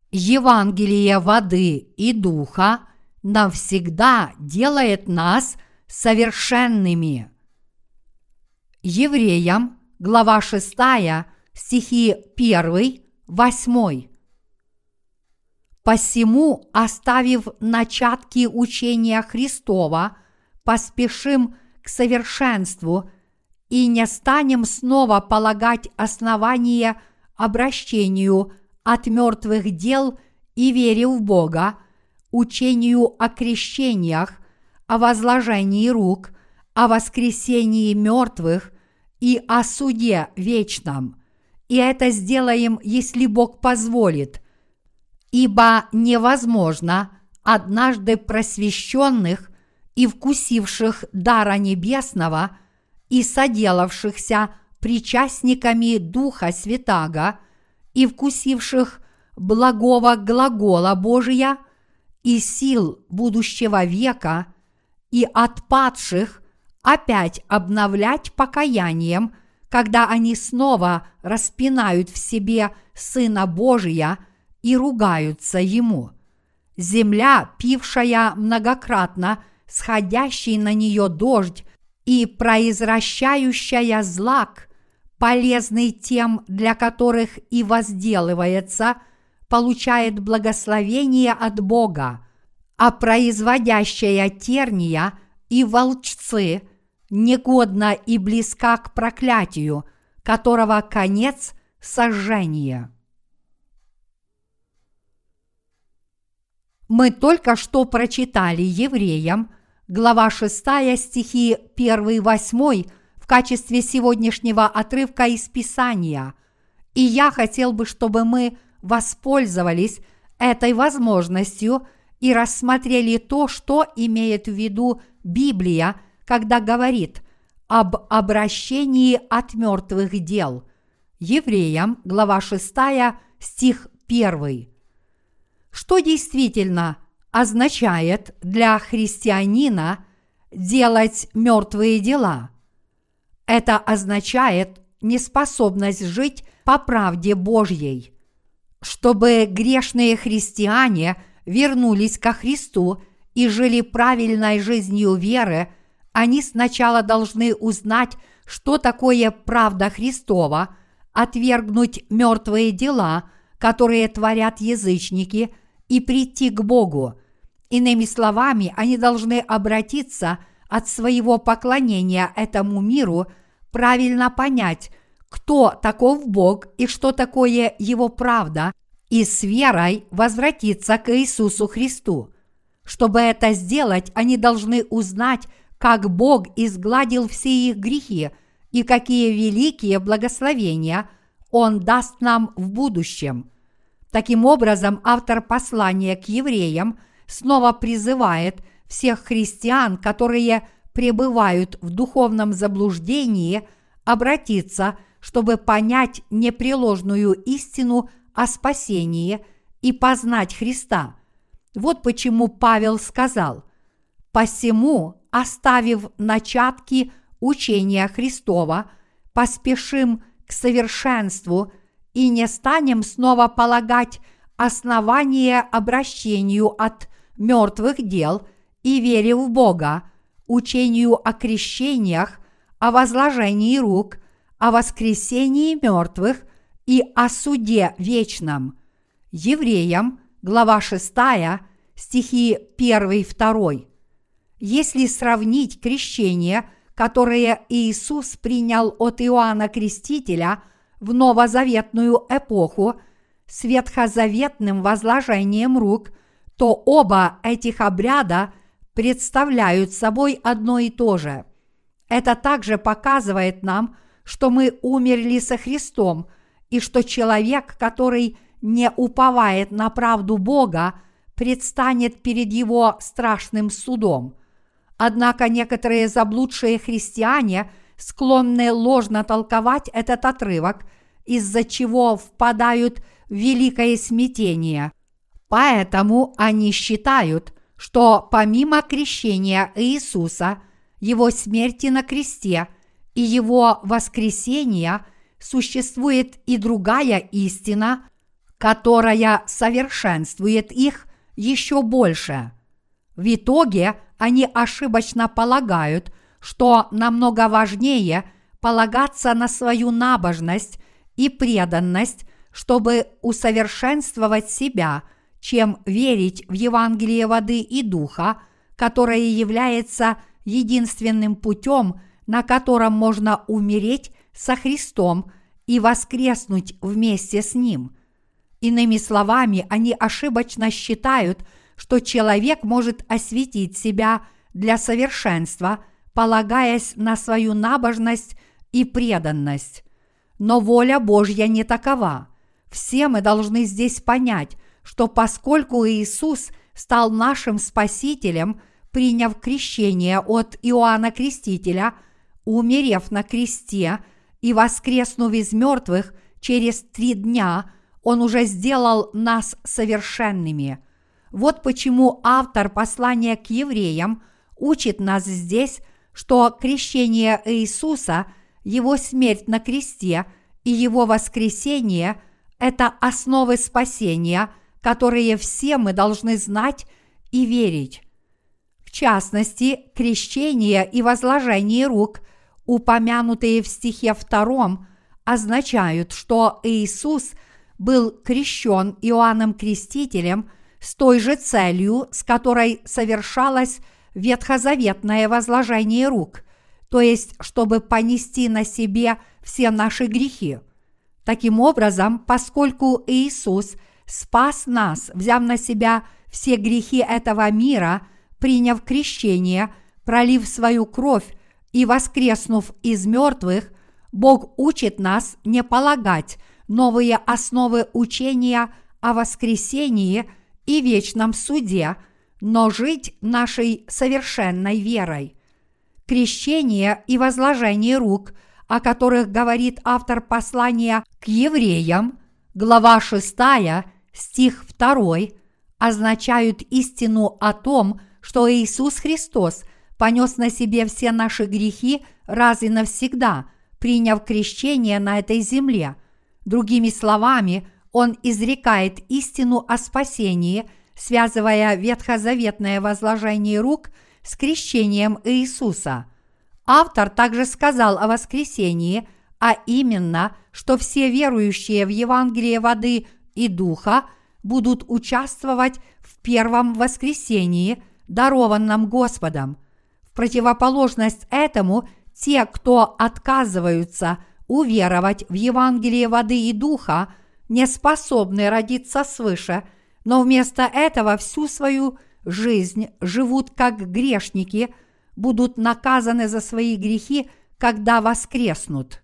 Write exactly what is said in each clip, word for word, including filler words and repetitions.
Евангелие воды и духа навсегда делает нас совершенными. Евреям, глава шестая, стихи первый, восьмой. «Посему, оставив начатки учения Христова, поспешим к совершенству и не станем снова полагать основание обращению от мертвых дел и вере в Бога, учению о крещениях, о возложении рук, о воскресении мертвых и о суде вечном. И это сделаем, если Бог позволит, ибо невозможно однажды просвещенных и вкусивших дара небесного и соделавшихся причастниками Духа Святаго и вкусивших благого глагола Божия и сил будущего века и отпадших опять обновлять покаянием, когда они снова распинают в себе Сына Божия и ругаются Ему. Земля, пившая многократно сходящий на нее дождь и произвращающая злак, полезный тем, для которых и возделывается, получает благословение от Бога, а производящая терния и волчцы негодна и близка к проклятию, которого конец – сожжение». Мы только что прочитали Евреям, глава шестая, стихи первый-восьмой в качестве сегодняшнего отрывка из Писания, и я хотел бы, чтобы мы воспользовались этой возможностью и рассмотрели то, что имеет в виду Библия, когда говорит об обращении от мертвых дел. Евреям, глава шестая, стих первый. Что действительно означает для христианина делать мертвые дела? Это означает неспособность жить по правде Божьей. Чтобы грешные христиане вернулись ко Христу и жили правильной жизнью веры, они сначала должны узнать, что такое правда Христова, отвергнуть мертвые дела, которые творят язычники, и прийти к Богу. Иными словами, они должны обратиться от своего поклонения этому миру, правильно понять, кто таков Бог и что такое Его правда, и с верой возвратиться к Иисусу Христу. Чтобы это сделать, они должны узнать, как Бог изгладил все их грехи и какие великие благословения Он даст нам в будущем. Таким образом, автор послания к евреям снова призывает всех христиан, которые пребывают в духовном заблуждении, обратиться, чтобы понять непреложную истину о спасении и познать Христа. Вот почему Павел сказал: «Посему, оставив начатки учения Христова, поспешим к совершенству и не станем снова полагать основание обращению от мертвых дел и вере в Бога, учению о крещениях, о возложении рук, о воскресении мертвых и о суде вечном». Евреям, глава шестая, стихи первый-второй. Если сравнить крещение, которое Иисус принял от Иоанна Крестителя в новозаветную эпоху, с ветхозаветным возложением рук, то оба этих обряда представляют собой одно и то же. Это также показывает нам, что мы умерли со Христом, и что человек, который не уповает на правду Бога, предстанет перед Его страшным судом. Однако некоторые заблудшие христиане склонны ложно толковать этот отрывок, из-за чего впадают в великое смятение. Поэтому они считают, что помимо крещения Иисуса, Его смерти на кресте и Его воскресения существует и другая истина, которая совершенствует их еще больше. В итоге они ошибочно полагают, что намного важнее полагаться на свою набожность и преданность, чтобы усовершенствовать себя, чем верить в Евангелие воды и духа, которое является единственным путем, на котором можно умереть со Христом и воскреснуть вместе с Ним. Иными словами, они ошибочно считают, что человек может осветить себя для совершенства, полагаясь на свою набожность и преданность. Но воля Божья не такова. Все мы должны здесь понять, что поскольку Иисус стал нашим Спасителем, приняв крещение от Иоанна Крестителя, умерев на кресте и воскреснув из мертвых через три дня, Он уже сделал нас совершенными. Вот почему автор послания к евреям учит нас здесь, что крещение Иисуса, Его смерть на кресте и Его воскресение – это основы спасения, которые все мы должны знать и верить. В частности, крещение и возложение рук, упомянутые в стихе втором, означают, что Иисус был крещен Иоанном Крестителем с той же целью, с которой совершалось ветхозаветное возложение рук, то есть чтобы понести на себе все наши грехи. Таким образом, поскольку Иисус спас нас, взяв на себя все грехи этого мира, приняв крещение, пролив свою кровь и воскреснув из мертвых, Бог учит нас не полагать новые основы учения о воскресении и вечном суде, но жить нашей совершенной верой. Крещение и возложение рук, о которых говорит автор послания к евреям, глава шестая, стих второй, означают истину о том, что Иисус Христос понес на себе все наши грехи раз и навсегда, приняв крещение на этой земле. Другими словами, Он изрекает истину о спасении, связывая ветхозаветное возложение рук с крещением Иисуса. Автор также сказал о воскресении, а именно, что все верующие в Евангелие воды и духа будут участвовать в первом воскресении, дарованном Господом. В противоположность этому, те, кто отказываются уверовать в Евангелие воды и духа, не способны родиться свыше, но вместо этого всю свою жизнь живут как грешники, будут наказаны за свои грехи, когда воскреснут.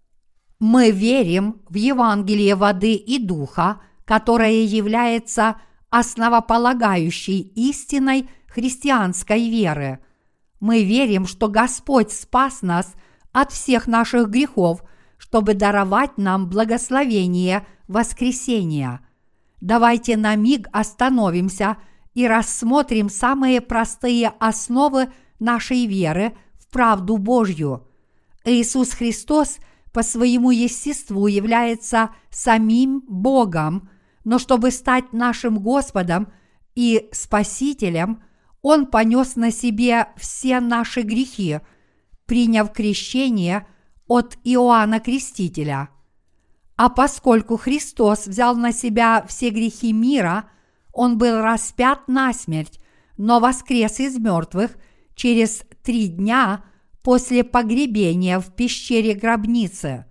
Мы верим в Евангелие воды и духа, которое является основополагающей истиной христианской веры. Мы верим, что Господь спас нас от всех наших грехов, чтобы даровать нам благословение воскресения. Давайте на миг остановимся и рассмотрим самые простые основы нашей веры в правду Божью. Иисус Христос по своему естеству является самим Богом, но чтобы стать нашим Господом и Спасителем, Он понес на себе все наши грехи, приняв крещение от Иоанна Крестителя. А поскольку Христос взял на себя все грехи мира, Он был распят насмерть, но воскрес из мертвых через три дня после погребения в пещере гробницы.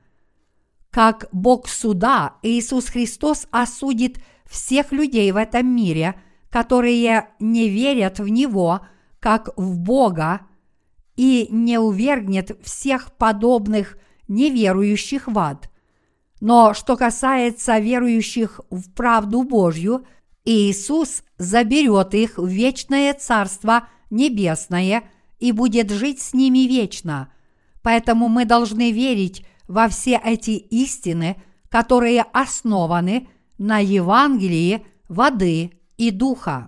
Как Бог суда, Иисус Христос осудит всех людей в этом мире, которые не верят в Него, как в Бога, и не увергнет всех подобных неверующих в ад. Но что касается верующих в правду Божью, Иисус заберет их в вечное Царство Небесное и будет жить с ними вечно. Поэтому мы должны верить во все эти истины, которые основаны на Евангелии воды и духа.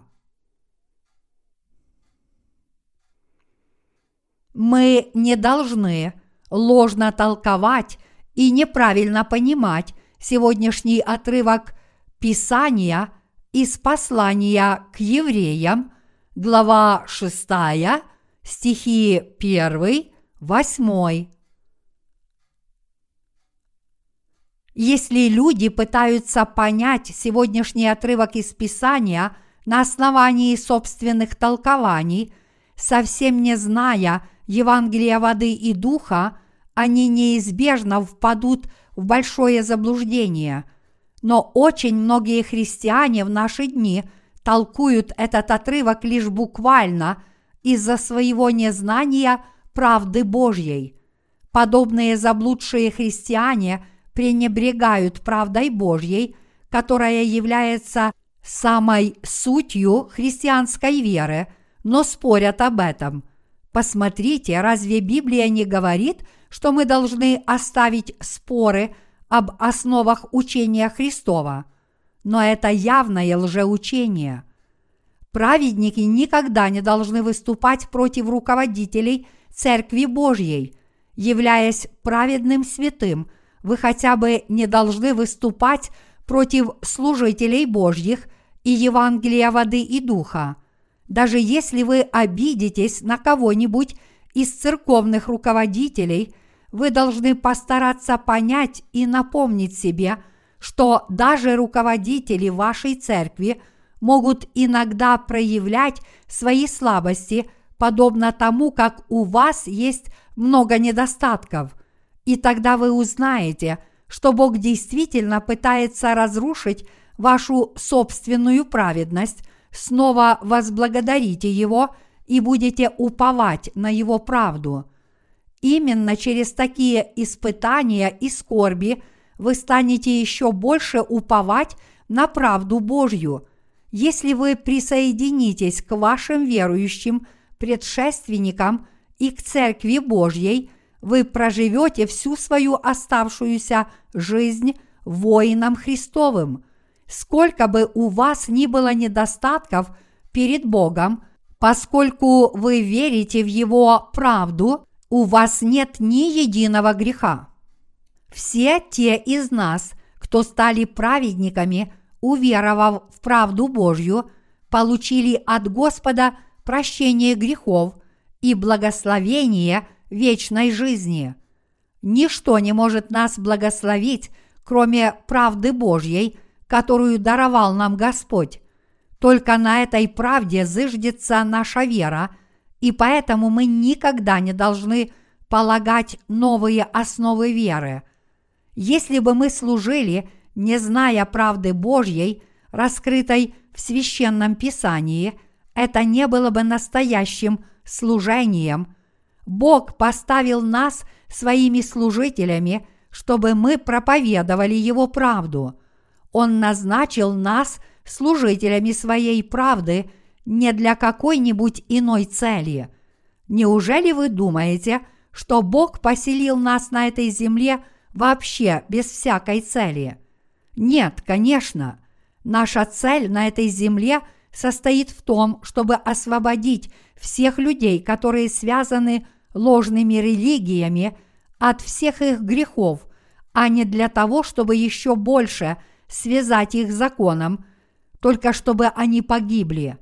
Мы не должны ложно толковать и неправильно понимать сегодняшний отрывок Писания из послания к евреям, глава шестая, стихи первый, восьмой. Если люди пытаются понять сегодняшний отрывок из Писания на основании собственных толкований, совсем не зная Евангелия воды и духа, они неизбежно впадут в большое заблуждение. Но очень многие христиане в наши дни толкуют этот отрывок лишь буквально из-за своего незнания правды Божьей. Подобные заблудшие христиане пренебрегают правдой Божьей, которая является самой сутью христианской веры, но спорят об этом. Посмотрите, разве Библия не говорит, что мы должны оставить споры об основах учения Христова? Но это явное лжеучение. Праведники никогда не должны выступать против руководителей Церкви Божьей. Являясь праведным святым, вы хотя бы не должны выступать против служителей Божьих и Евангелия воды и духа. Даже если вы обидитесь на кого-нибудь из церковных руководителей, вы должны постараться понять и напомнить себе, что даже руководители вашей церкви могут иногда проявлять свои слабости, подобно тому, как у вас есть много недостатков. И тогда вы узнаете, что Бог действительно пытается разрушить вашу собственную праведность, снова возблагодарите Его и будете уповать на Его правду. Именно через такие испытания и скорби вы станете еще больше уповать на правду Божью. Если вы присоединитесь к вашим верующим предшественникам и к Церкви Божьей, вы проживете всю свою оставшуюся жизнь воином Христовым. Сколько бы у вас ни было недостатков перед Богом, поскольку вы верите в Его правду, у вас нет ни единого греха. Все те из нас, кто стали праведниками, уверовав в правду Божью, получили от Господа прощение грехов и благословение вечной жизни. Ничто не может нас благословить, кроме правды Божьей, которую даровал нам Господь. Только на этой правде зыждется наша вера, и поэтому мы никогда не должны полагать новые основы веры. Если бы мы служили, не зная правды Божьей, раскрытой в Священном Писании, это не было бы настоящим служением. Бог поставил нас своими служителями, чтобы мы проповедовали Его правду. Он назначил нас служителями своей правды не для какой-нибудь иной цели. Неужели вы думаете, что Бог поселил нас на этой земле вообще без всякой цели? Нет, конечно. Наша цель на этой земле состоит в том, чтобы освободить всех людей, которые связаны ложными религиями, от всех их грехов, а не для того, чтобы еще больше связать их законом, только чтобы они погибли.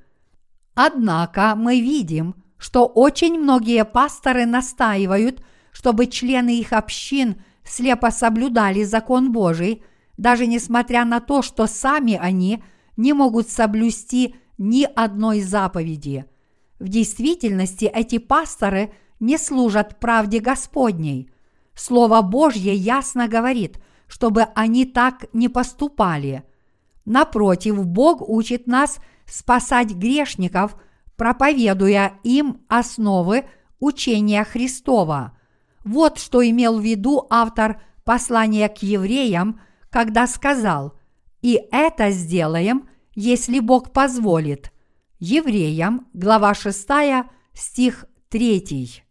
Однако мы видим, что очень многие пасторы настаивают, чтобы члены их общин слепо соблюдали закон Божий, даже несмотря на то, что сами они не могут соблюсти ни одной заповеди. В действительности эти пасторы не служат правде Господней. Слово Божье ясно говорит, чтобы они так не поступали. Напротив, Бог учит нас спасать грешников, проповедуя им основы учения Христова. Вот что имел в виду автор послания к евреям, когда сказал: «И это сделаем, если Бог позволит». Евреям, глава шестая, стих третий.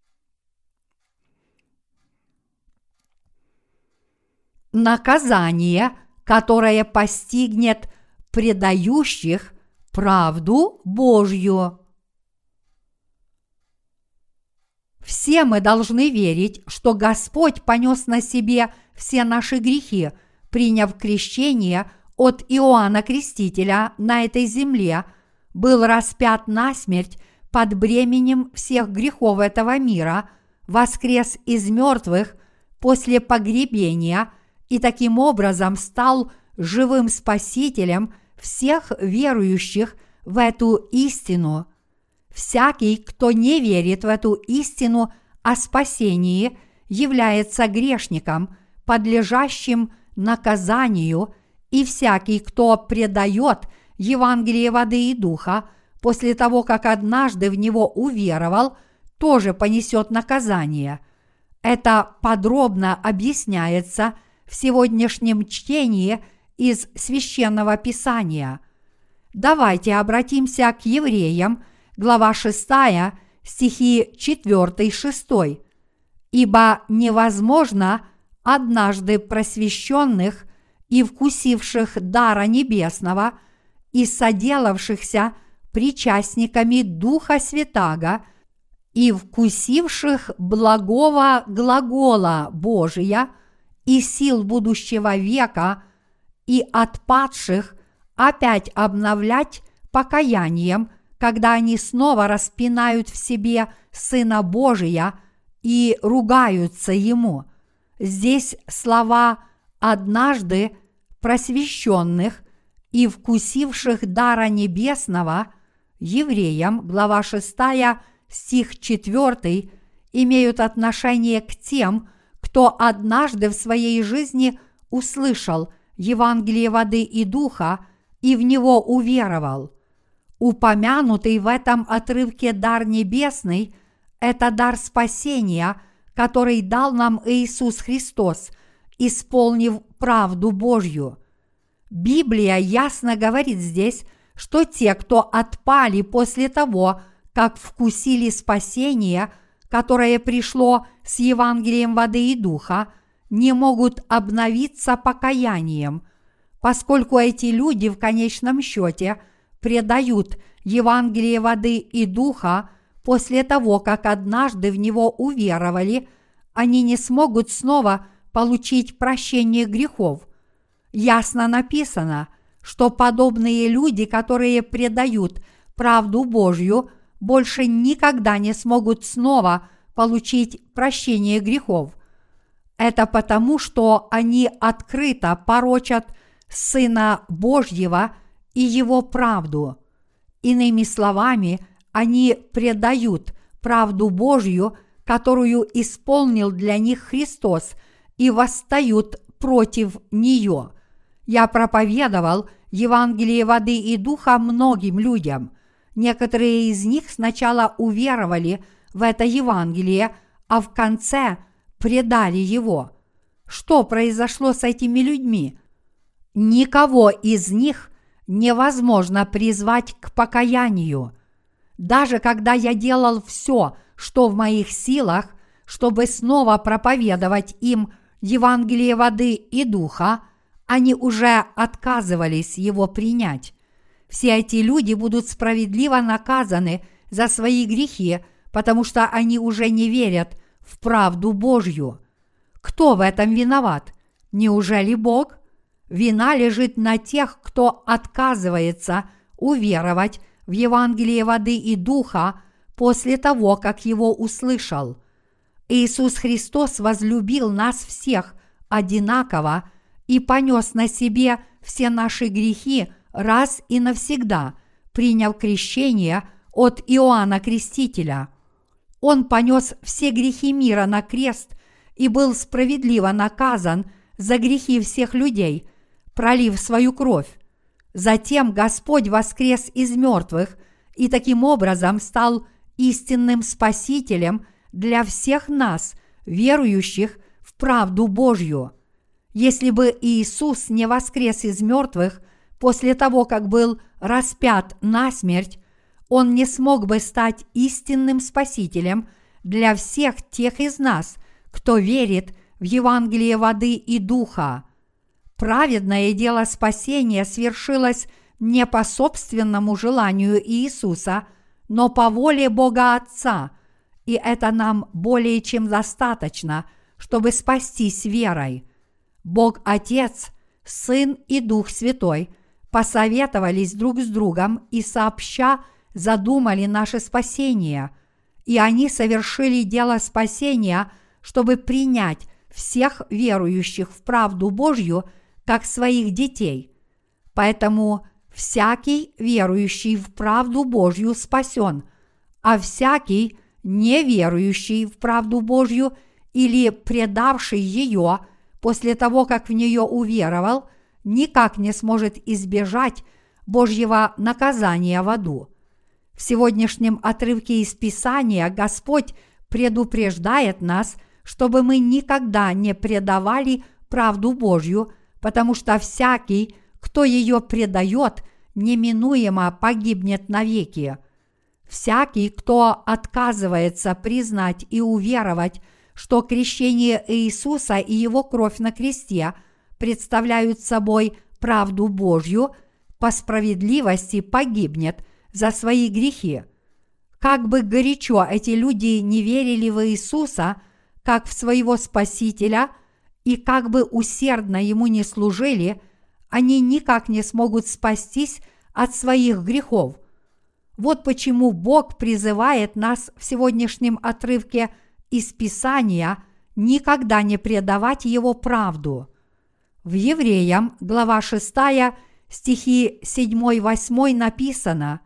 Наказание, которое постигнет предающих правду Божью. Все мы должны верить, что Господь понес на себе все наши грехи, приняв крещение от Иоанна Крестителя на этой земле, был распят насмерть под бременем всех грехов этого мира, воскрес из мертвых после погребения и таким образом стал живым Спасителем всех верующих в эту истину. Всякий, кто не верит в эту истину о спасении, является грешником, подлежащим наказанию, и всякий, кто предает Евангелие воды и духа после того, как однажды в него уверовал, тоже понесет наказание. Это подробно объясняется в сегодняшнем чтении из Священного Писания. Давайте обратимся к Евреям, глава шестая, стихи четыре-шесть. «Ибо невозможно однажды просвещенных и вкусивших дара небесного и соделавшихся причастниками Духа Святаго и вкусивших благого глагола Божия и сил будущего века и отпадших опять обновлять покаянием, когда они снова распинают в себе Сына Божия и ругаются Ему». Здесь слова «однажды просвещенных и вкусивших дара небесного» Евреям, глава шестая, стих четыре, имеют отношение к тем, кто однажды в своей жизни услышал Евангелие воды и духа и в него уверовал. Упомянутый в этом отрывке дар небесный – это дар спасения, который дал нам Иисус Христос, исполнив правду Божью. Библия ясно говорит здесь, что те, кто отпали после того, как вкусили спасение, которое пришло с Евангелием воды и духа, не могут обновиться покаянием, поскольку эти люди в конечном счете предают Евангелие воды и духа после того, как однажды в него уверовали, они не смогут снова получить прощение грехов. Ясно написано, что подобные люди, которые предают правду Божью, больше никогда не смогут снова получить прощение грехов. Это потому, что они открыто порочат Сына Божьего и Его правду. Иными словами, они предают правду Божью, которую исполнил для них Христос, и восстают против нее. Я проповедовал Евангелие воды и духа многим людям. Некоторые из них сначала уверовали в это Евангелие, а в конце предали его. Что произошло с этими людьми? Никого из них невозможно призвать к покаянию. Даже когда я делал все, что в моих силах, чтобы снова проповедовать им Евангелие воды и духа, они уже отказывались его принять. Все эти люди будут справедливо наказаны за свои грехи, потому что они уже не верят в правду Божью. Кто в этом виноват? Неужели Бог? Вина лежит на тех, кто отказывается уверовать в Евангелие воды и духа после того, как его услышал. Иисус Христос возлюбил нас всех одинаково и понес на себе все наши грехи раз и навсегда, приняв крещение от Иоанна Крестителя. Он понес все грехи мира на крест и был справедливо наказан за грехи всех людей, пролив свою кровь. Затем Господь воскрес из мертвых и таким образом стал истинным Спасителем для всех нас, верующих в правду Божью. Если бы Иисус не воскрес из мертвых после того, как был распят насмерть, Он не смог бы стать истинным Спасителем для всех тех из нас, кто верит в Евангелие воды и духа. Праведное дело спасения свершилось не по собственному желанию Иисуса, но по воле Бога Отца, и это нам более чем достаточно, чтобы спастись верой. Бог Отец Сын и Дух Святой посоветовались друг с другом и сообща задумали наше спасение, и они совершили дело спасения, чтобы принять всех верующих в правду Божью как своих детей. Поэтому всякий верующий в правду Божью спасен, а всякий неверующий в правду Божью или предавший ее после того, как в нее уверовал, никак не сможет избежать Божьего наказания в аду. В сегодняшнем отрывке из Писания Господь предупреждает нас, чтобы мы никогда не предавали правду Божью, потому что всякий, кто ее предает, неминуемо погибнет навеки. Всякий, кто отказывается признать и уверовать, что крещение Иисуса и Его кровь на кресте представляют собой правду Божью, по справедливости погибнет за свои грехи. Как бы горячо эти люди не верили в Иисуса, как в своего Спасителя, и как бы усердно Ему не служили, они никак не смогут спастись от своих грехов. Вот почему Бог призывает нас в сегодняшнем отрывке из Писания никогда не предавать Его правду. В Евреям, глава шестая, стихи седьмой-восьмой написано: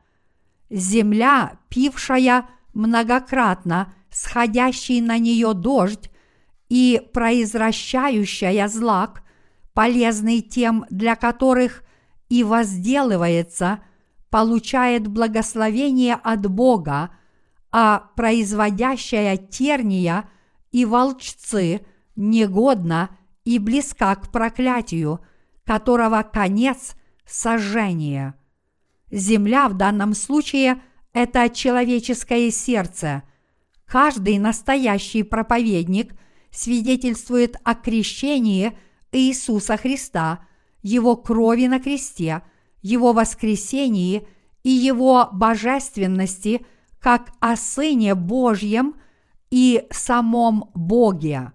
«Земля, пившая многократно сходящий на нее дождь и произвращающая злак, полезный тем, для которых и возделывается, получает благословение от Бога, а производящая терния и волчцы негодна и близка к проклятию, которого конец – сожжение». Земля в данном случае – это человеческое сердце. Каждый настоящий проповедник свидетельствует о крещении Иисуса Христа, Его крови на кресте, Его воскресении и Его божественности, как о Сыне Божьем и самом Боге.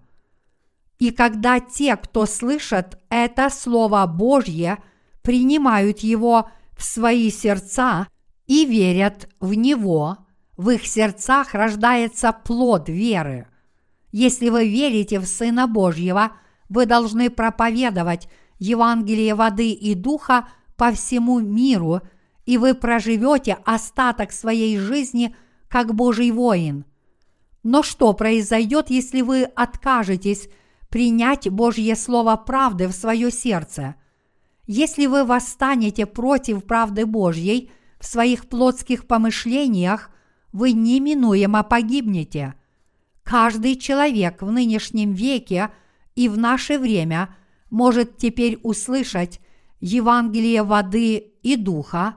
И когда те, кто слышат это Слово Божье, принимают его в свои сердца и верят в него, в их сердцах рождается плод веры. Если вы верите в Сына Божьего, вы должны проповедовать Евангелие воды и духа по всему миру, и вы проживете остаток своей жизни как Божий воин. Но что произойдет, если вы откажетесь принять Божье Слово правды в свое сердце? Если вы восстанете против правды Божьей в своих плотских помышлениях, вы неминуемо погибнете. Каждый человек в нынешнем веке и в наше время может теперь услышать Евангелие воды и духа,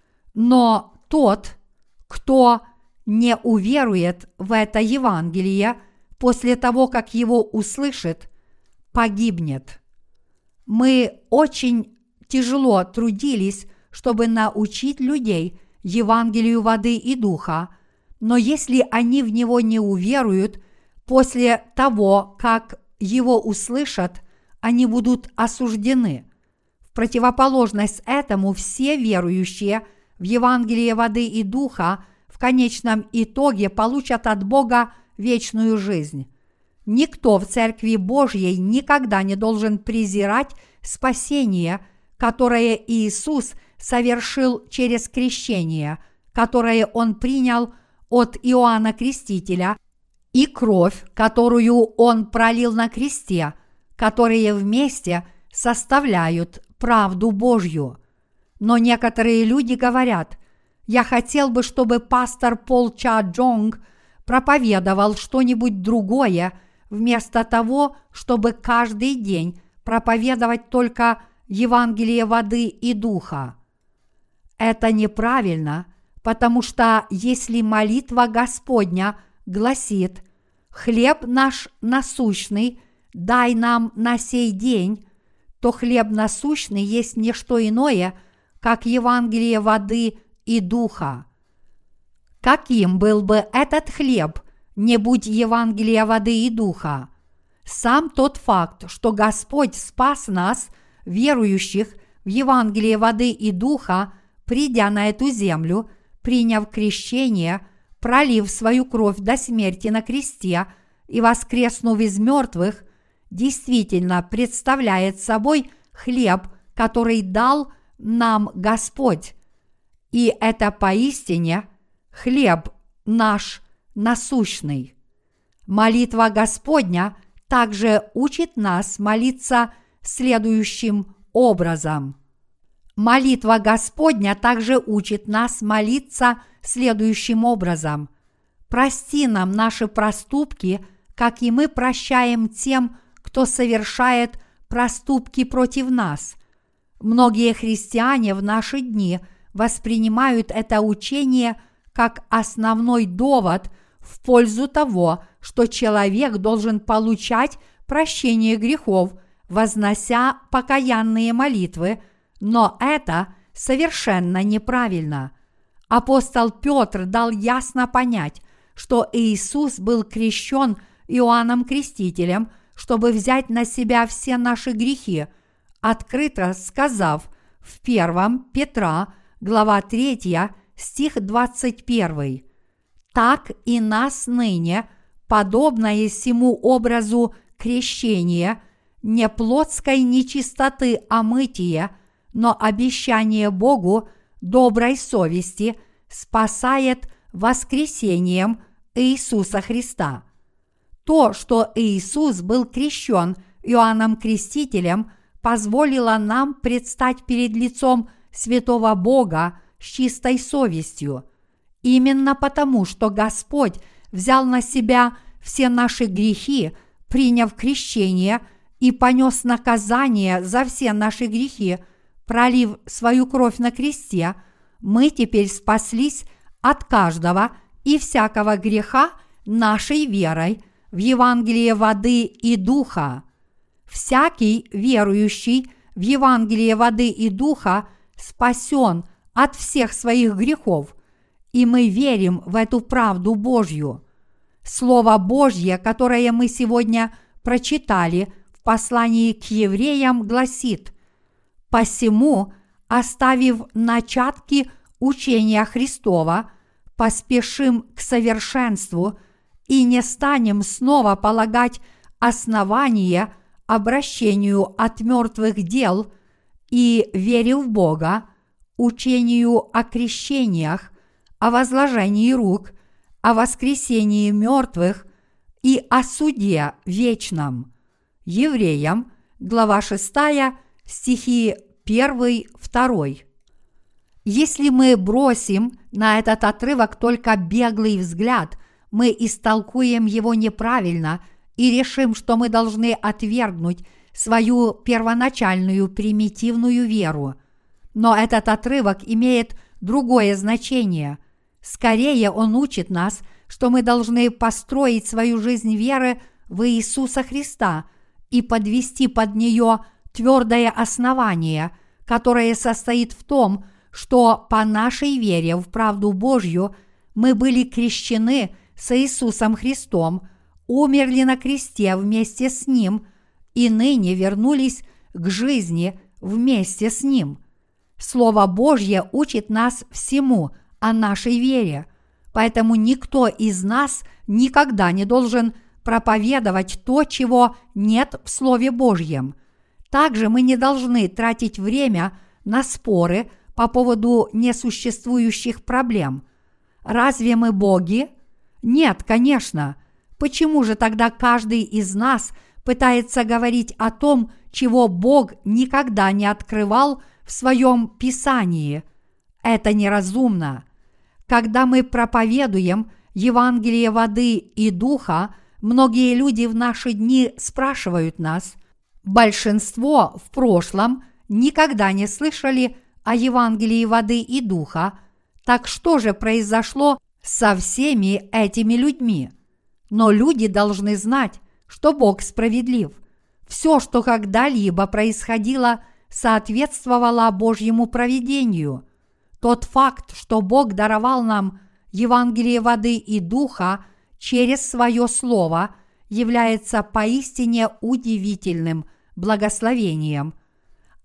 но тот, кто не уверует в это Евангелие после того, как его услышит, погибнет. Мы очень тяжело трудились, чтобы научить людей Евангелию воды и духа, но если они в него не уверуют, после того, как его услышат, они будут осуждены. В противоположность этому все верующие в Евангелие воды и духа в конечном итоге получат от Бога вечную жизнь. Никто в Церкви Божьей никогда не должен презирать спасение, которое Иисус совершил через крещение, которое Он принял от Иоанна Крестителя, и кровь, которую Он пролил на кресте, которые вместе составляют правду Божью. Но некоторые люди говорят: «Я хотел бы, чтобы пастор Пол Ча Джонг проповедовал что-нибудь другое, вместо того, чтобы каждый день проповедовать только Евангелие воды и духа». Это неправильно, потому что если молитва Господня гласит: «Хлеб наш насущный дай нам на сей день», то хлеб насущный есть не что иное, как Евангелие воды и духа. Каким был бы этот хлеб, не будь Евангелия воды и духа? Сам тот факт, что Господь спас нас верующих в Евангелие воды и духа, придя на эту землю, приняв крещение, пролив свою кровь до смерти на кресте и воскреснув из мертвых, действительно представляет собой хлеб, который дал нам Господь. И это поистине хлеб наш насущный. Молитва Господня также учит нас молиться следующим образом. Молитва Господня также учит нас молиться следующим образом. «Прости нам наши проступки, как и мы прощаем тем, кто совершает проступки против нас». Многие христиане в наши дни воспринимают это учение как основной довод в пользу того, что человек должен получать прощение грехов, вознося покаянные молитвы, но это совершенно неправильно. Апостол Петр дал ясно понять, что Иисус был крещен Иоанном Крестителем, чтобы взять на себя все наши грехи, открыто сказав в первом Петра, глава третья, стих двадцать первый: «Так и нас ныне, подобное сему образу крещения, не плотской нечистоты омытие, но обещание Богу доброй совести спасает воскресением Иисуса Христа». То, что Иисус был крещен Иоанном Крестителем, позволило нам предстать перед лицом святого Бога с чистой совестью. Именно потому, что Господь взял на себя все наши грехи, приняв крещение и понес наказание за все наши грехи, пролив свою кровь на кресте, мы теперь спаслись от каждого и всякого греха нашей верой в Евангелие воды и духа. Всякий верующий в Евангелие воды и духа спасен от всех своих грехов, и мы верим в эту правду Божью. Слово Божье, которое мы сегодня прочитали в послании к евреям, гласит: «Посему, оставив начатки учения Христова, поспешим к совершенству и не станем снова полагать основание обращению от мертвых дел и вере в Бога, учению о крещениях, о возложении рук, о воскресении мертвых и о суде вечном». Евреям, глава шестая, стихи первый-второй. Если мы бросим на этот отрывок только беглый взгляд, мы истолкуем его неправильно и решим, что мы должны отвергнуть свою первоначальную примитивную веру. Но этот отрывок имеет другое значение. Скорее, он учит нас, что мы должны построить свою жизнь веры в Иисуса Христа и подвести под нее твердое основание, которое состоит в том, что по нашей вере в правду Божью мы были крещены с Иисусом Христом, умерли на кресте вместе с Ним и ныне вернулись к жизни вместе с Ним. Слово Божье учит нас всему о нашей вере, поэтому никто из нас никогда не должен проповедовать то, чего нет в Слове Божьем. Также мы не должны тратить время на споры по поводу несуществующих проблем. Разве мы боги? Нет, конечно. Почему же тогда каждый из нас пытается говорить о том, чего Бог никогда не открывал в своем Писании? Это неразумно. Когда мы проповедуем Евангелие воды и духа, многие люди в наши дни спрашивают нас: большинство в прошлом никогда не слышали о Евангелии воды и духа, так что же произошло со всеми этими людьми? Но люди должны знать, что Бог справедлив. Все, что когда-либо происходило, соответствовало Божьему провидению. Тот факт, что Бог даровал нам Евангелие воды и духа через свое Слово, является поистине удивительным благословением.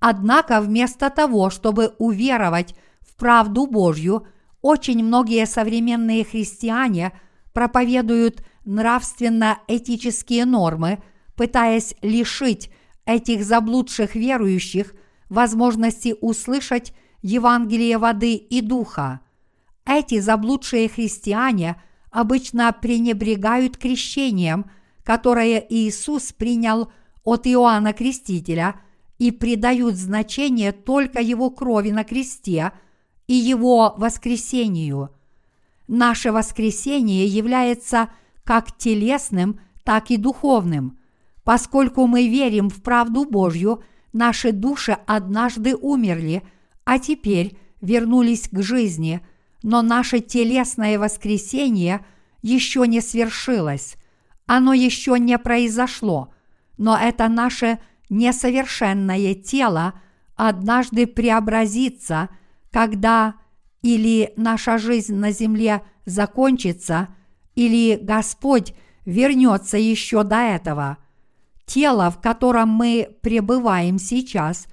Однако вместо того, чтобы уверовать в правду Божью, очень многие современные христиане проповедуют нравственно-этические нормы, пытаясь лишить этих заблудших верующих возможности услышать Евангелие воды и духа. Эти заблудшие христиане обычно пренебрегают крещением, которое Иисус принял от Иоанна Крестителя, и придают значение только Его крови на кресте и Его воскресению. Наше воскресение является как телесным, так и духовным. Поскольку мы верим в правду Божью, наши души однажды умерли, а теперь вернулись к жизни, но наше телесное воскресение еще не свершилось, оно еще не произошло, но это наше несовершенное тело однажды преобразится, когда или наша жизнь на земле закончится, или Господь вернется еще до этого. Тело, в котором мы пребываем сейчас,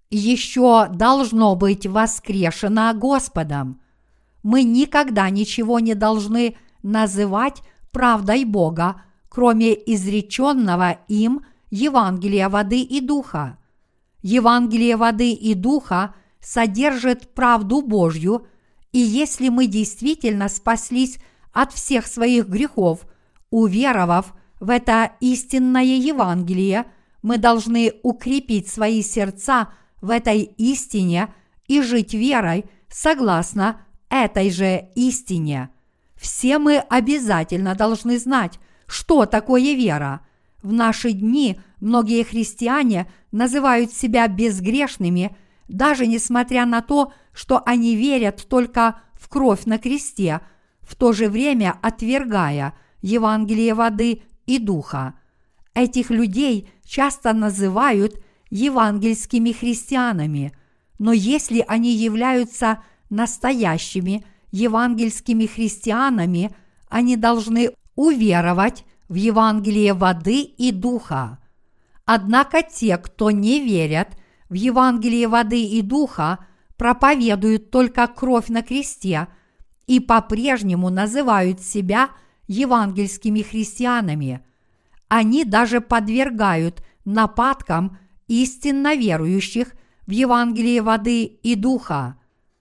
еще должно быть воскрешено Господом. Мы никогда ничего не должны называть правдой Бога, кроме изреченного им Евангелия воды и духа. Евангелие воды и духа содержит правду Божью, и если мы действительно спаслись от всех своих грехов, уверовав в это истинное Евангелие, мы должны укрепить свои сердца в этой истине и жить верой согласно этой же истине. Все мы обязательно должны знать, что такое вера. В наши дни многие христиане называют себя безгрешными, даже несмотря на то, что они верят только в кровь на кресте, в то же время отвергая Евангелие воды и духа. Этих людей часто называют евангельскими христианами, но если они являются настоящими евангельскими христианами, они должны уверовать в Евангелие воды и духа. Однако те, кто не верят в Евангелие воды и духа, проповедуют только кровь на кресте и по-прежнему называют себя евангельскими христианами. Они даже подвергают нападкам истинно верующих в Евангелие воды и духа.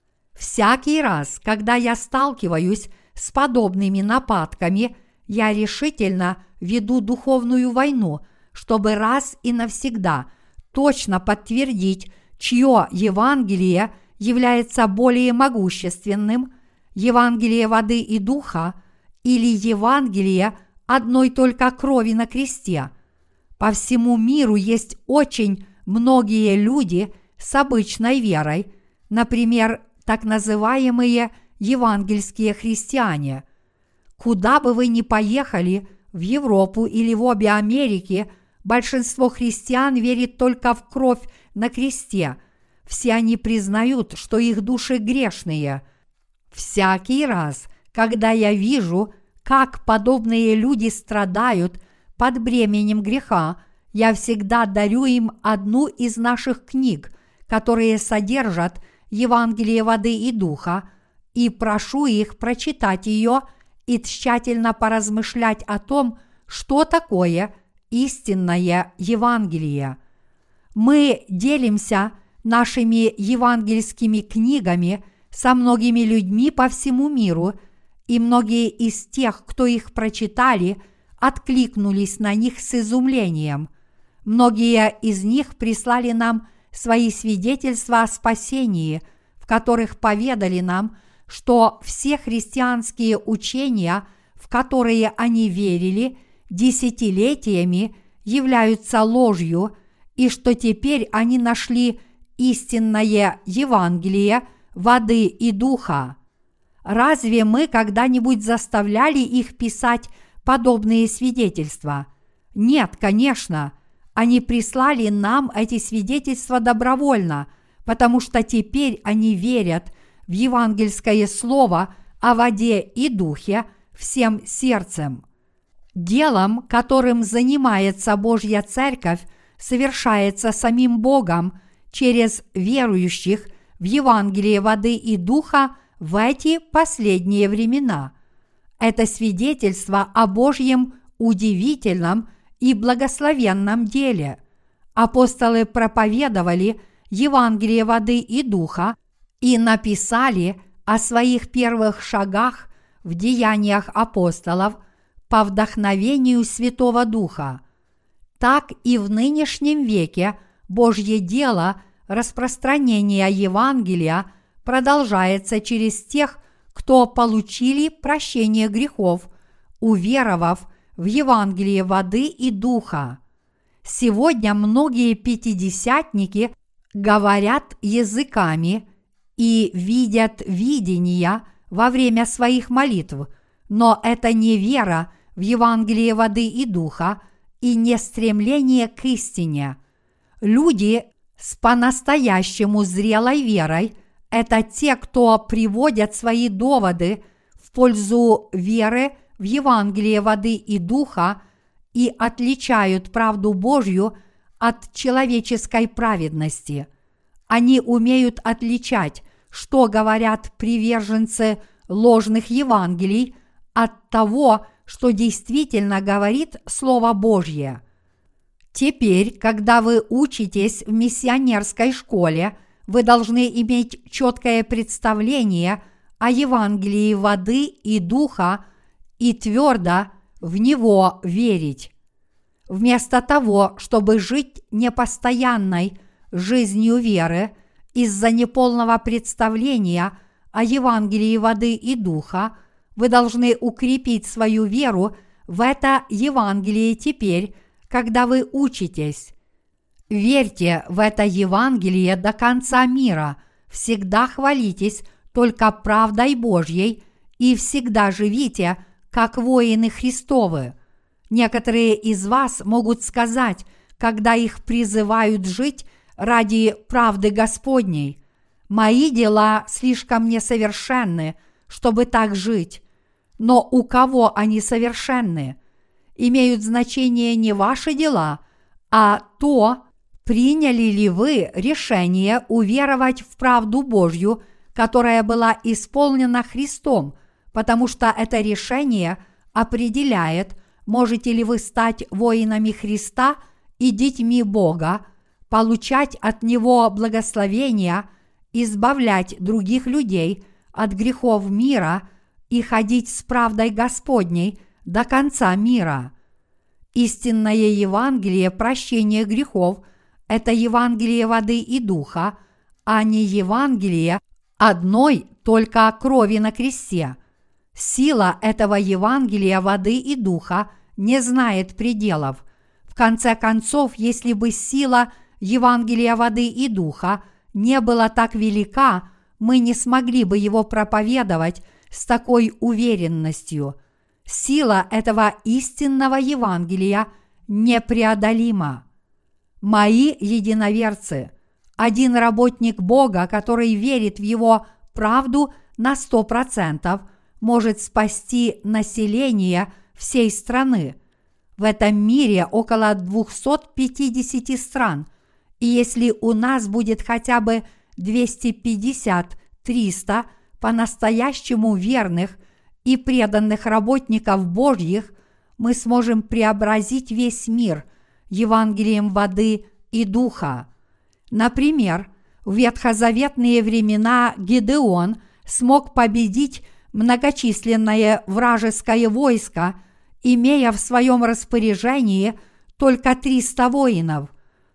Всякий раз, когда я сталкиваюсь с подобными нападками, я решительно веду духовную войну, чтобы раз и навсегда точно подтвердить, чье Евангелие является более могущественным, Евангелие воды и духа или Евангелие одной только крови на кресте. По всему миру есть очень многие люди с обычной верой, например, так называемые евангельские христиане. Куда бы вы ни поехали, в Европу или в обе Америки, большинство христиан верит только в кровь на кресте. Все они признают, что их души грешные. Всякий раз, когда я вижу, как подобные люди страдают под бременем греха, я всегда дарю им одну из наших книг, которые содержат Евангелие воды и духа, и прошу их прочитать ее и тщательно поразмышлять о том, что такое истинное Евангелие. Мы делимся нашими евангельскими книгами со многими людьми по всему миру, и многие из тех, кто их прочитали, откликнулись на них с изумлением. Многие из них прислали нам свои свидетельства о спасении, в которых поведали нам, что все христианские учения, в которые они верили десятилетиями, являются ложью, и что теперь они нашли истинное Евангелие воды и духа. Разве мы когда-нибудь заставляли их писать подобные свидетельства? Нет, конечно. Они прислали нам эти свидетельства добровольно, потому что теперь они верят в евангельское слово о воде и духе всем сердцем. Делом, которым занимается Божья Церковь, совершается самим Богом через верующих в Евангелие воды и духа в эти последние времена. Это свидетельство о Божьем удивительном и благословенном деле. Апостолы проповедовали Евангелие воды и духа и написали о своих первых шагах в деяниях апостолов по вдохновению Святого Духа. Так и в нынешнем веке Божье дело распространения Евангелия продолжается через тех, кто получили прощение грехов, уверовав в Евангелие воды и духа. Сегодня многие пятидесятники говорят языками и видят видения во время своих молитв, но это не вера в Евангелие воды и духа и не стремление к истине. Люди с по-настоящему зрелой верой – это те, кто приводят свои доводы в пользу веры в Евангелие воды и духа и отличают правду Божью от человеческой праведности. Они умеют отличать, что говорят приверженцы ложных Евангелий, от того, что действительно говорит Слово Божье. Теперь, когда вы учитесь в миссионерской школе, вы должны иметь четкое представление о Евангелии воды и духа и твердо в него верить. Вместо того, чтобы жить непостоянной жизнью веры из-за неполного представления о Евангелии воды и духа, вы должны укрепить свою веру в это Евангелие теперь, когда вы учитесь. Верьте в это Евангелие до конца мира, всегда хвалитесь только правдой Божьей и всегда живите, как воины Христовы. Некоторые из вас могут сказать, когда их призывают жить ради правды Господней: «Мои дела слишком несовершенны, чтобы так жить». Но у кого они совершенны? Имеют значение не ваши дела, а то, приняли ли вы решение уверовать в правду Божью, которая была исполнена Христом, потому что это решение определяет, можете ли вы стать воинами Христа и детьми Бога, получать от Него благословения, избавлять других людей от грехов мира и ходить с правдой Господней до конца мира. Истинное Евангелие прощения грехов – это Евангелие воды и духа, а не Евангелие одной только крови на кресте. Сила этого Евангелия воды и духа не знает пределов. В конце концов, если бы сила Евангелия воды и духа не была так велика, мы не смогли бы его проповедовать с такой уверенностью. Сила этого истинного Евангелия непреодолима. Мои единоверцы, один работник Бога, который верит в Его правду на сто процентов, может спасти население всей страны. В этом мире около двести пятьдесят стран, и если у нас будет хотя бы двести пятьдесят - триста по-настоящему верных и преданных работников Божьих, мы сможем преобразить весь мир Евангелием воды и духа. Например, в ветхозаветные времена Гидеон смог победить многочисленное вражеское войско, имея в своем распоряжении только триста воинов.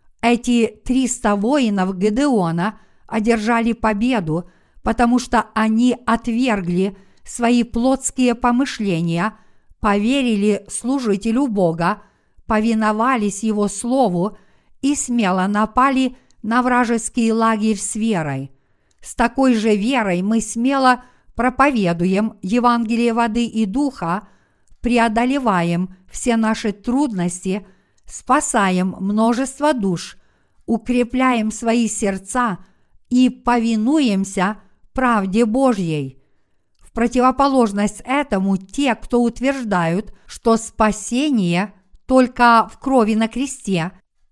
Эти триста воинов Гидеона одержали победу, потому что они отвергли свои плотские помышления, поверили служителю Бога, повиновались Его слову и смело напали на вражеский лагерь с верой. С такой же верой мы смело проповедуем Евангелие воды и духа, преодолеваем все наши трудности, спасаем множество душ, укрепляем свои сердца и повинуемся правде Божьей. В противоположность этому те, кто утверждают, что спасение только в крови на кресте,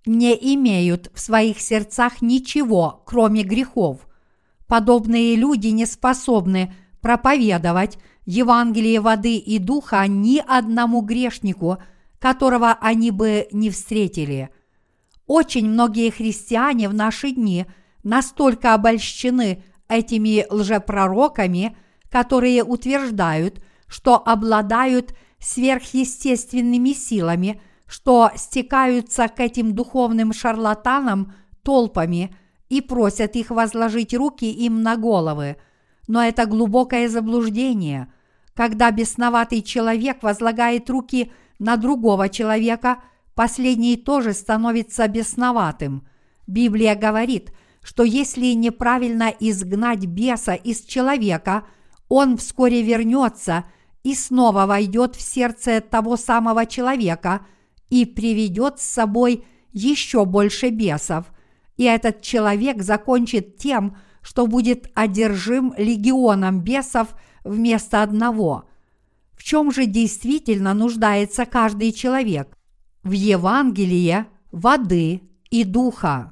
не имеют в своих сердцах ничего, кроме грехов. Подобные люди не способны проповедовать Евангелие воды и духа ни одному грешнику, которого они бы не встретили. Очень многие христиане в наши дни настолько обольщены этими лжепророками, которые утверждают, что обладают сверхъестественными силами, что стекаются к этим духовным шарлатанам толпами и просят их возложить руки им на головы. Но это глубокое заблуждение. Когда бесноватый человек возлагает руки на другого человека, последний тоже становится бесноватым. Библия говорит, что если неправильно изгнать беса из человека, он вскоре вернется и снова войдет в сердце того самого человека и приведет с собой еще больше бесов. И этот человек закончит тем, что будет одержим легионом бесов вместо одного. В чем же действительно нуждается каждый человек? В Евангелии воды и духа.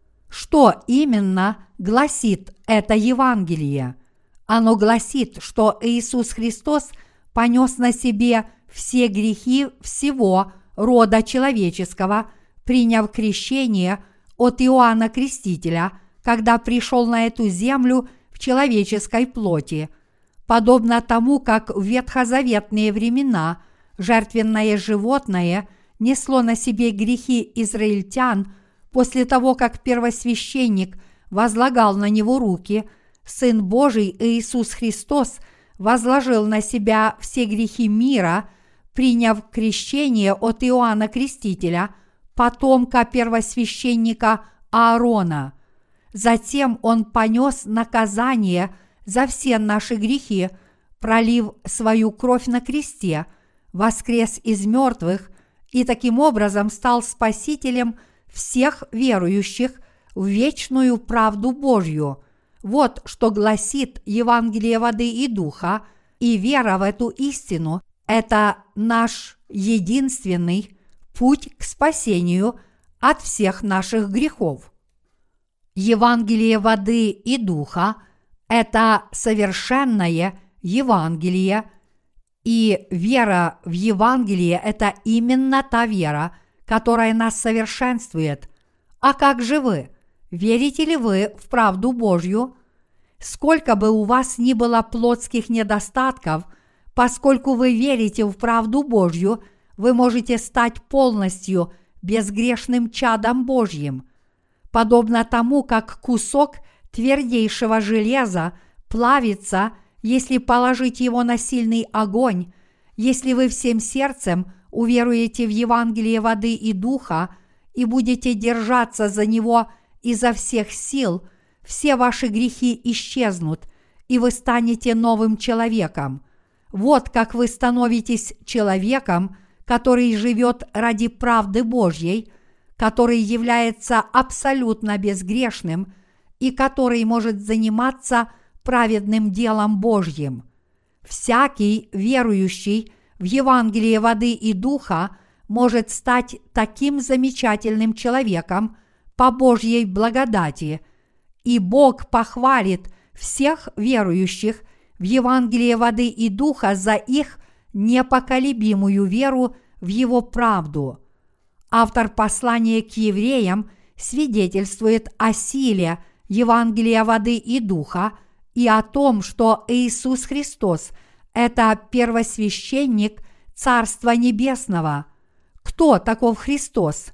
Что именно гласит это Евангелие? Оно гласит, что Иисус Христос понес на себе все грехи всего рода человеческого, приняв крещение от Иоанна Крестителя, когда пришел на эту землю в человеческой плоти. Подобно тому, как в ветхозаветные времена жертвенное животное несло на себе грехи израильтян после того, как первосвященник возлагал на него руки, Сын Божий Иисус Христос возложил на себя все грехи мира, приняв крещение от Иоанна Крестителя, потомка первосвященника Аарона. Затем Он понес наказание за все наши грехи, пролив свою кровь на кресте, воскрес из мертвых и таким образом стал спасителем всех верующих в вечную правду Божью. Вот что гласит Евангелие воды и духа, и вера в эту истину – это наш единственный путь к спасению от всех наших грехов. Евангелие воды и духа – это совершенное Евангелие, и вера в Евангелие – это именно та вера, которая нас совершенствует. А как же вы? Верите ли вы в правду Божью? Сколько бы у вас ни было плотских недостатков, поскольку вы верите в правду Божью, вы можете стать полностью безгрешным чадом Божьим. Подобно тому, как кусок твердейшего железа плавится, если положить его на сильный огонь, если вы всем сердцем уверуете в Евангелие воды и духа и будете держаться за него изо всех сил, все ваши грехи исчезнут, и вы станете новым человеком. Вот как вы становитесь человеком, который живет ради правды Божьей, который является абсолютно безгрешным и который может заниматься праведным делом Божьим. Всякий верующий в Евангелие воды и духа может стать таким замечательным человеком по Божьей благодати, и Бог похвалит всех верующих в Евангелие воды и духа за их непоколебимую веру в Его правду. Автор послания к евреям свидетельствует о силе Евангелия воды и духа и о том, что Иисус Христос – это первосвященник Царства Небесного. Кто таков Христос?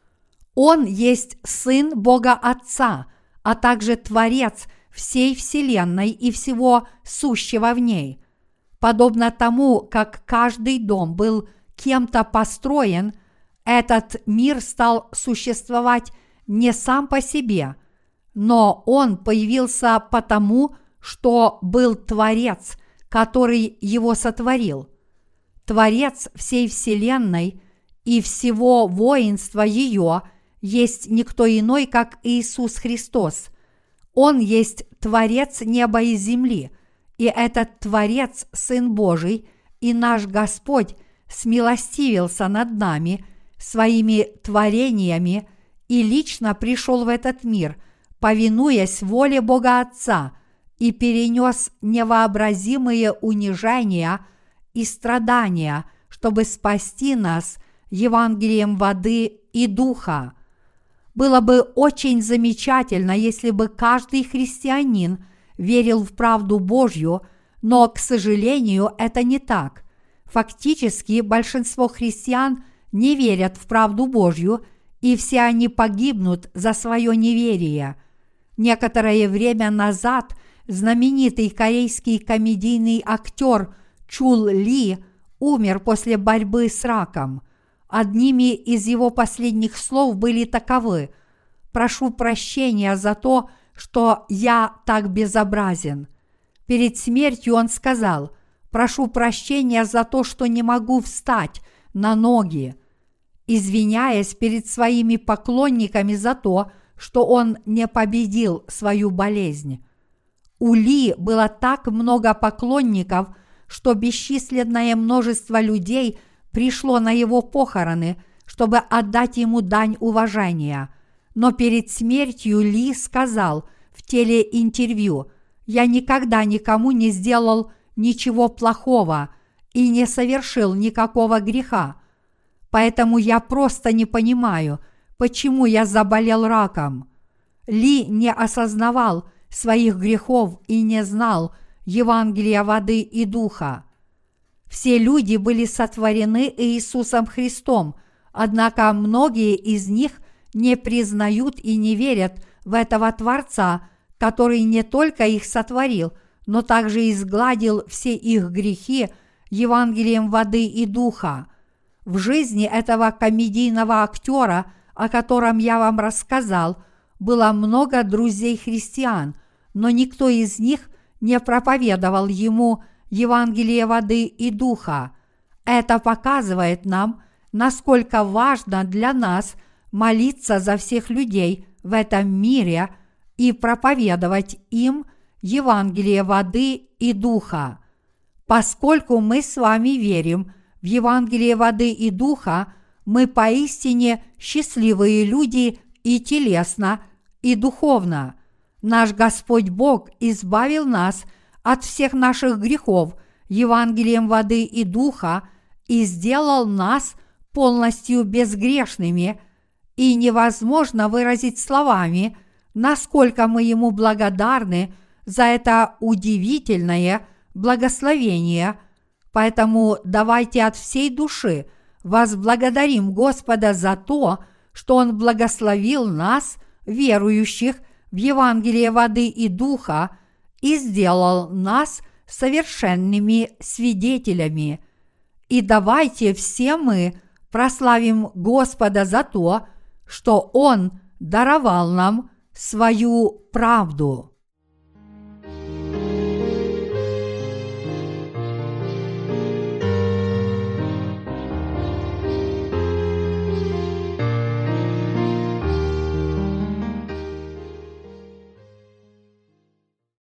Он есть Сын Бога Отца, а также Творец всей Вселенной и всего сущего в ней. Подобно тому, как каждый дом был кем-то построен, этот мир стал существовать не сам по себе, но он появился потому, что был Творец, который его сотворил. Творец всей Вселенной и всего воинства ее есть никто иной, как Иисус Христос. Он есть Творец неба и земли, и этот Творец, Сын Божий, и наш Господь смилостивился над нами своими творениями и лично пришел в этот мир, повинуясь воле Бога Отца, и перенес невообразимые унижения и страдания, чтобы спасти нас Евангелием воды и духа. Было бы очень замечательно, если бы каждый христианин верил в правду Божью, но, к сожалению, это не так. Фактически, большинство христиан не верят в правду Божью, и все они погибнут за свое неверие. Некоторое время назад знаменитый корейский комедийный актер Чул Ли умер после борьбы с раком. Одними из его последних слов были таковы: «Прошу прощения за то, что я так безобразен». Перед смертью он сказал: «Прошу прощения за то, что не могу встать на ноги», извиняясь перед своими поклонниками за то, что он не победил свою болезнь. У Ли было так много поклонников, что бесчисленное множество людей пришло на его похороны, чтобы отдать ему дань уважения. Но перед смертью Ли сказал в телеинтервью: «Я никогда никому не сделал ничего плохого и не совершил никакого греха. Поэтому я просто не понимаю, почему я заболел раком». Ли не осознавал своих грехов и не знал Евангелия воды и духа. Все люди были сотворены Иисусом Христом, однако многие из них не признают и не верят в этого Творца, который не только их сотворил, но также изгладил все их грехи Евангелием воды и духа. В жизни этого комедийного актера, о котором я вам рассказал, было много друзей-христиан, но никто из них не проповедовал ему Евангелие воды и духа. Это показывает нам, насколько важно для нас молиться за всех людей в этом мире и проповедовать им Евангелие воды и духа. Поскольку мы с вами верим в Евангелие воды и духа, мы поистине счастливые люди и телесно, и духовно. Наш Господь Бог избавил нас от всех наших грехов Евангелием воды и духа и сделал нас полностью безгрешными, и невозможно выразить словами, насколько мы Ему благодарны за это удивительное благословение. Поэтому давайте от всей души возблагодарим Господа за то, что Он благословил нас, верующих в Евангелие воды и духа, и сделал нас совершенными свидетелями. И давайте все мы прославим Господа за то, что Он даровал нам свою правду.